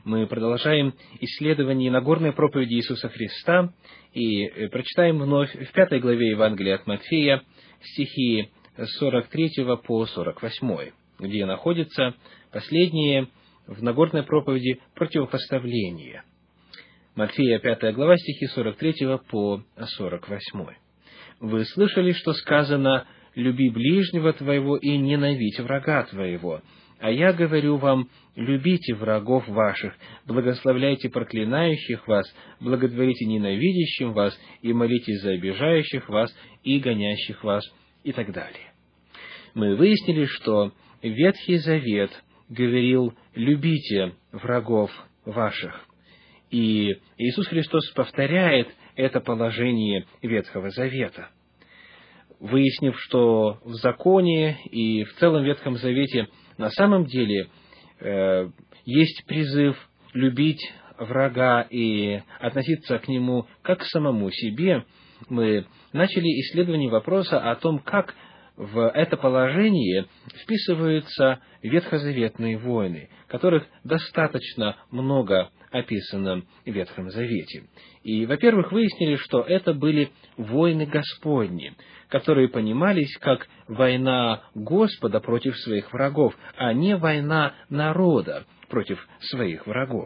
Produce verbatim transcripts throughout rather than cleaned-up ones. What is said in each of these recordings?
Мы продолжаем исследование Нагорной проповеди Иисуса Христа и прочитаем вновь в пятой главе Евангелия от Матфея стихи с сорок третьего по сорок восьмой, где находится последнее в Нагорной проповеди противопоставление. Матфея, пятая глава, стихи сорок третьего по сорок восьмой. «Вы слышали, что сказано: люби ближнего твоего и ненавидь врага твоего. А я говорю вам, любите врагов ваших, благословляйте проклинающих вас, благотворите ненавидящим вас, и молитесь за обижающих вас и гонящих вас», и так далее. Мы выяснили, что Ветхий Завет говорил: любите врагов ваших. И Иисус Христос повторяет это положение Ветхого Завета, выяснив, что в законе и в целом Ветхом Завете на самом деле э, есть призыв любить врага и относиться к нему как к самому себе. Мы начали исследование вопроса о том, как в это положение вписываются ветхозаветные войны, которых достаточно много описано в Ветхом Завете. И, во-первых, выяснили, что это были войны Господни, которые понимались как война Господа против своих врагов, а не война народа против своих врагов.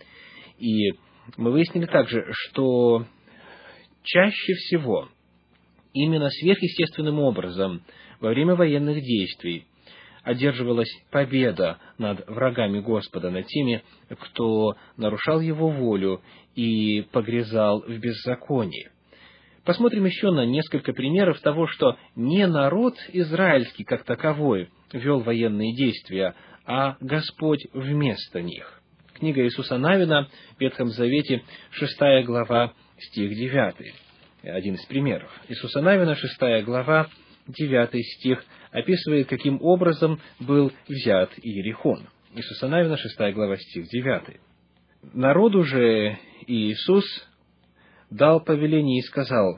И мы выяснили также, что чаще всего именно сверхъестественным образом во время военных действий одерживалась победа над врагами Господа, над теми, кто нарушал Его волю и погрязал в беззаконии. Посмотрим еще на несколько примеров того, что не народ израильский как таковой вел военные действия, а Господь вместо них. Книга Иисуса Навина в Ветхом Завете, шестая глава, стих девятый. Один из примеров. Иисуса Навина, шестая глава, девятый стих, описывает, каким образом был взят Иерихон. Иисуса Навина, шестая глава, стих девятый. «Народу же Иисус дал повеление и сказал: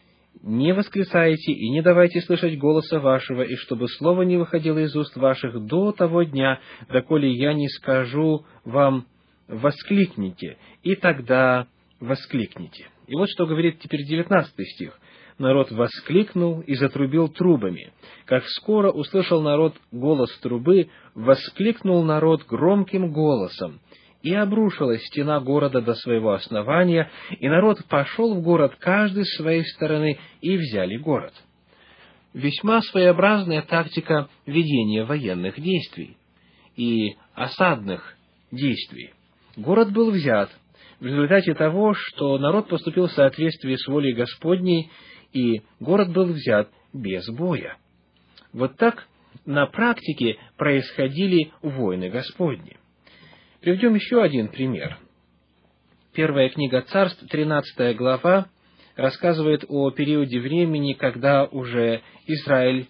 не восклицайте и не давайте слышать голоса вашего, и чтобы слово не выходило из уст ваших до того дня, доколе я не скажу вам: воскликните, и тогда воскликните». И вот что говорит теперь девятнадцатый стих. «Народ воскликнул и затрубил трубами. Как скоро услышал народ голос трубы, воскликнул народ громким голосом, и обрушилась стена города до своего основания, и народ пошел в город каждый с своей стороны, и взяли город». Весьма своеобразная тактика ведения военных действий и осадных действий. Город был взят в результате того, что народ поступил в соответствии с волей Господней, и город был взят без боя. Вот так на практике происходили войны Господни. Приведем еще один пример. Первая книга Царств, тринадцатая глава, рассказывает о периоде времени, когда уже Израиль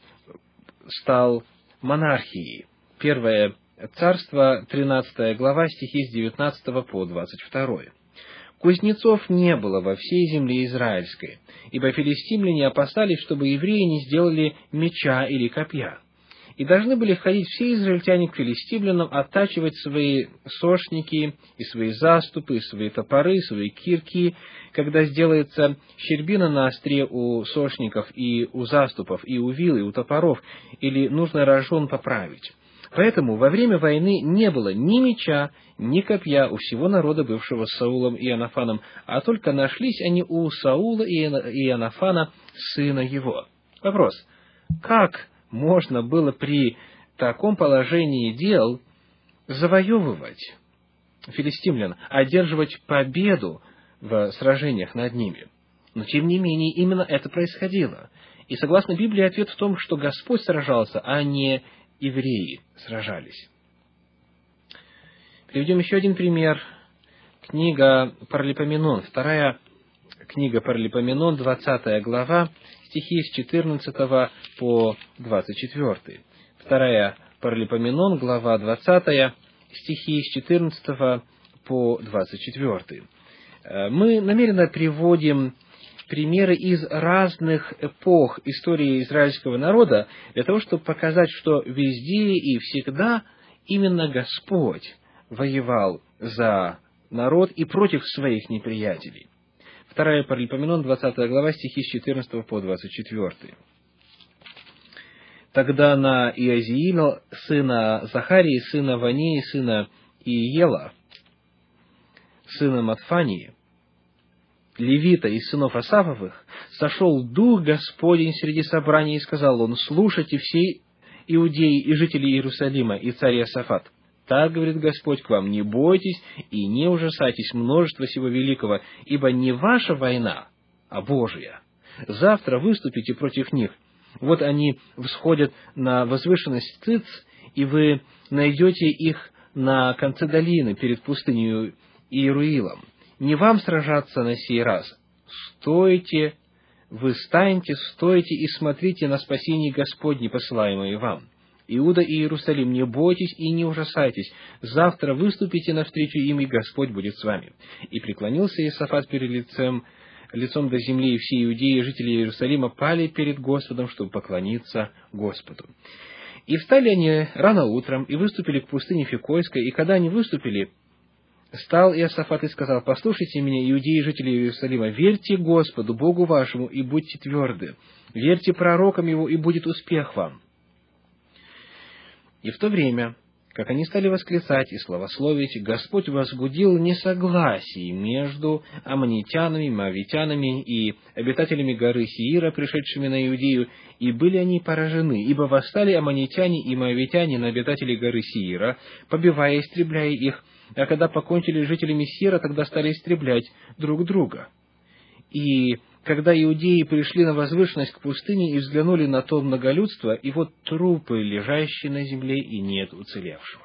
стал монархией. Первое Царство, тринадцатая глава, стихи с девятнадцатого по двадцать второй. «Кузнецов не было во всей земле израильской, ибо филистимляне опасались, чтобы евреи не сделали меча или копья. И должны были ходить все израильтяне к филистимлянам, оттачивать свои сошники, и свои заступы, и свои топоры, и свои кирки, когда сделается щербина на остре у сошников и у заступов, и у вил, и у топоров, или нужно рожон поправить. Поэтому во время войны не было ни меча, ни копья у всего народа, бывшего с Саулом и Иоаннафаном, а только нашлись они у Саула и Иоаннафана, сына его». Вопрос: как можно было при таком положении дел завоевывать филистимлян, одерживать победу в сражениях над ними? Но, тем не менее, именно это происходило. И, согласно Библии, ответ в том, что Господь сражался, а не евреи сражались. Приведем еще один пример. Книга Паралипоменон, вторая книга Паралипоменон, двадцатая глава, стихи с четырнадцатого по двадцать четвёртый. Вторая Паралипоменон, глава двадцатая, стихи с четырнадцатого по двадцать четвёртый. Мы намеренно приводим примеры из разных эпох истории израильского народа для того, чтобы показать, что везде и всегда именно Господь воевал за народ и против своих неприятелей. Вторая Паралипоменон, двадцатая глава, стихи с четырнадцатого по двадцать четвёртый. Тогда на Иозиила, сына Захарии, сына Вании, сына Иела, сына Матфании, левита из сынов Асафовых, сошел Дух Господень среди собрания, и сказал он: «Слушайте все иудеи и жители Иерусалима, и царь Иосафат. Так говорит Господь к вам: не бойтесь и не ужасайтесь множества сего великого, ибо не ваша война, а Божия. Завтра выступите против них. Вот они всходят на возвышенность Циц, и вы найдете их на конце долины перед пустыней Иеруилом. Не вам сражаться на сей раз. Стойте, вы станьте, стойте и смотрите на спасение Господне, посылаемое вам. Иуда и Иерусалим, не бойтесь и не ужасайтесь. Завтра выступите навстречу им, и Господь будет с вами». И преклонился Иосафат перед лицем, лицом до земли, и все иудеи и жители Иерусалима пали перед Господом, чтобы поклониться Господу. И встали они рано утром, и выступили к пустыне Фикойской, и когда они выступили, стал Иосафат и сказал: «Послушайте меня, иудеи и жители Иерусалима, верьте Господу, Богу вашему, и будьте тверды. Верьте пророкам Его, и будет успех вам». И в то время, как они стали восклицать и славословить, Господь возбудил несогласие между аммонитянами, моавитянами и обитателями горы Сеира, пришедшими на Иудею, и были они поражены, ибо восстали аммонитяне и моавитяне на обитателей горы Сеира, побивая и истребляя их, а когда покончили с жителями Сеира, тогда стали истреблять друг друга. И когда иудеи пришли на возвышенность к пустыне и взглянули на то многолюдство, и вот трупы, лежащие на земле, и нет уцелевшего.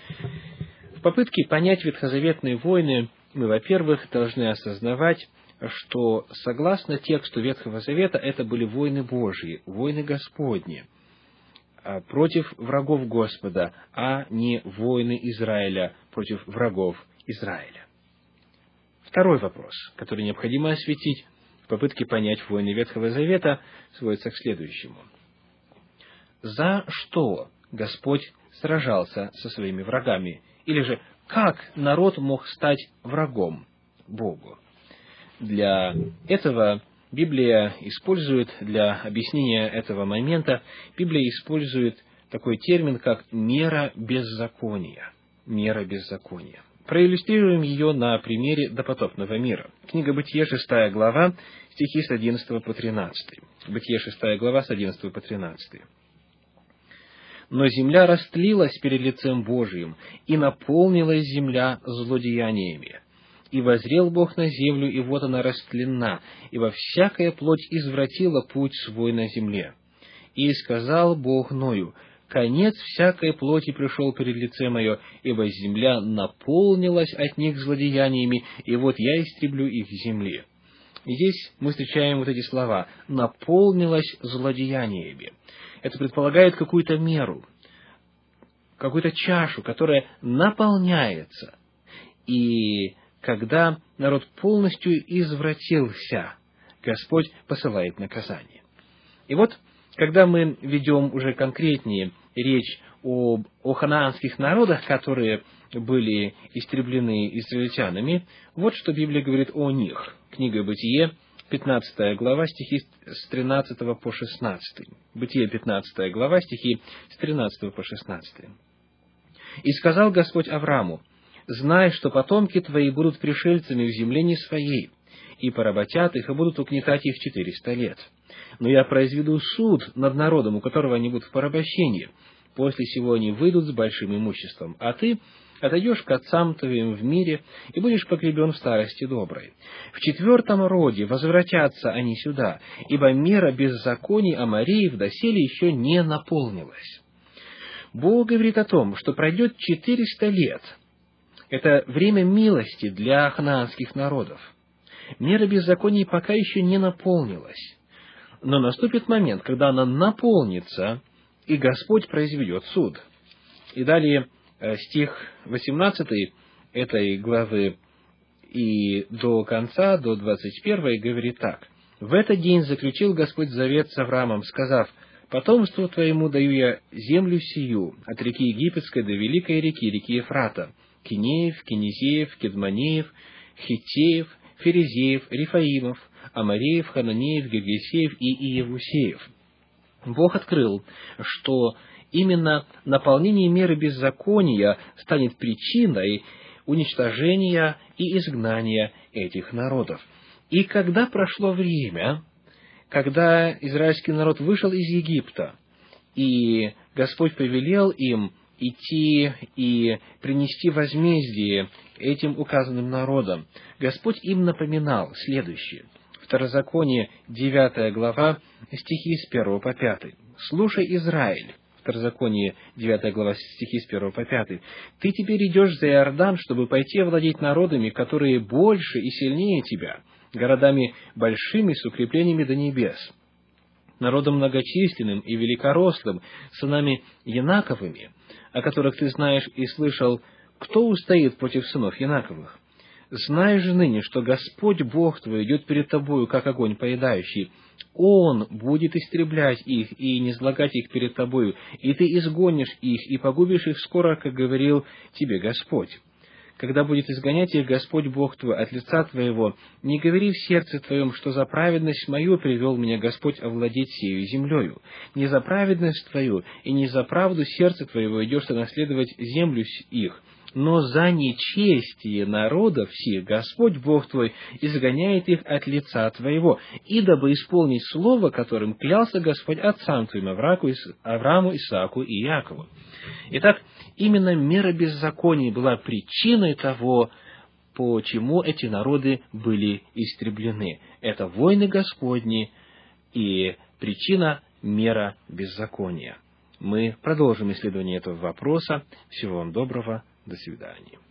В попытке понять ветхозаветные войны мы, во-первых, должны осознавать, что, согласно тексту Ветхого Завета, это были войны Божьи, войны Господни, против врагов Господа, а не войны Израиля против врагов Израиля. Второй вопрос, который необходимо осветить в попытке понять войны Ветхого Завета, сводится к следующему. За что Господь сражался со своими врагами? Или же, как народ мог стать врагом Богу? Для этого Библия использует, для объяснения этого момента, Библия использует такой термин, как «мера беззакония». Мера беззакония. Проиллюстрируем ее на примере допотопного мира. Книга Бытие, шестая глава, стихи с одиннадцатого по тринадцатый. Бытие, шестая глава, с одиннадцатого по тринадцатый. «Но земля растлилась перед лицем Божиим, и наполнилась земля злодеяниями. И воззрел Бог на землю, и вот она растлена, ибо всякая плоть извратила путь свой на земле. И сказал Бог Ною: конец всякой плоти пришел перед лице мое, ибо земля наполнилась от них злодеяниями, и вот я истреблю их с земли». И здесь мы встречаем вот эти слова: «наполнилась злодеяниями». Это предполагает какую-то меру, какую-то чашу, которая наполняется. И когда народ полностью извратился, Господь посылает наказание. И вот, когда мы ведем уже конкретнее речь об, о ханаанских народах, которые были истреблены израильтянами, вот что Библия говорит о них. Книга Бытие, пятнадцатая глава, стихи с тринадцатого по шестнадцатый. Бытие, пятнадцатая глава, стихи с тринадцатого по шестнадцатый. «И сказал Господь Аврааму: знай, что потомки твои будут пришельцами в земле не своей, и поработят их, и будут угнетать их четыреста лет. Но я произведу суд над народом, у которого они будут в порабощении. После сего они выйдут с большим имуществом, а ты отойдешь к отцам твоим в мире и будешь погребен в старости доброй. В четвертом роде возвратятся они сюда, ибо мера беззаконий Амореев доселе еще не наполнилась». Бог говорит о том, что пройдет четыреста лет. Это время милости для ханаанских народов. Мера беззаконий пока еще не наполнилась. Но наступит момент, когда она наполнится, и Господь произведет суд. И далее стих восемнадцатый этой главы и до конца, до двадцать первой, говорит так. «В этот день заключил Господь завет с Авраамом, сказав: потомству твоему даю я землю сию, от реки Египетской до великой реки, реки Ефрата, Кинеев, Кинезеев, Кедманеев, Хиттеев, Ферезеев, Рифаимов, Амареев, Хананеев, Гергесеев и Иевусеев. Бог открыл, что именно наполнение меры беззакония станет причиной уничтожения и изгнания этих народов. И когда прошло время, когда израильский народ вышел из Египта, и Господь повелел им идти и принести возмездие этим указанным народам, Господь им напоминал следующее. Второзаконие, девятая глава, стихи с первого по пятый. «Слушай, Израиль». Второзаконие, девятая глава, стихи с первого по пятый. «Ты теперь идешь за Иордан, чтобы пойти овладеть народами, которые больше и сильнее тебя, городами большими с укреплениями до небес, народом многочисленным и великорослым, сынами Янаковыми, о которых ты знаешь и слышал, кто устоит против сынов Янаковых? Знай же ныне, что Господь Бог твой идет перед тобою, как огонь поедающий. Он будет истреблять их и низлагать их перед тобою, и ты изгонишь их и погубишь их скоро, как говорил тебе Господь. Когда будет изгонять их Господь Бог твой от лица твоего, не говори в сердце твоем, что за праведность мою привел меня Господь овладеть сею землею. Не за праведность твою и не за правду сердца твоего идешь ты наследовать землю их, но за нечестие народов сих Господь Бог твой изгоняет их от лица твоего, и дабы исполнить слово, которым клялся Господь отцам твоим, Аврааму, Исааку и Иакову». Итак, именно мера беззакония была причиной того, почему эти народы были истреблены. Это войны Господни и причина мера беззакония. Мы продолжим исследование этого вопроса. Всего вам доброго. До свидания.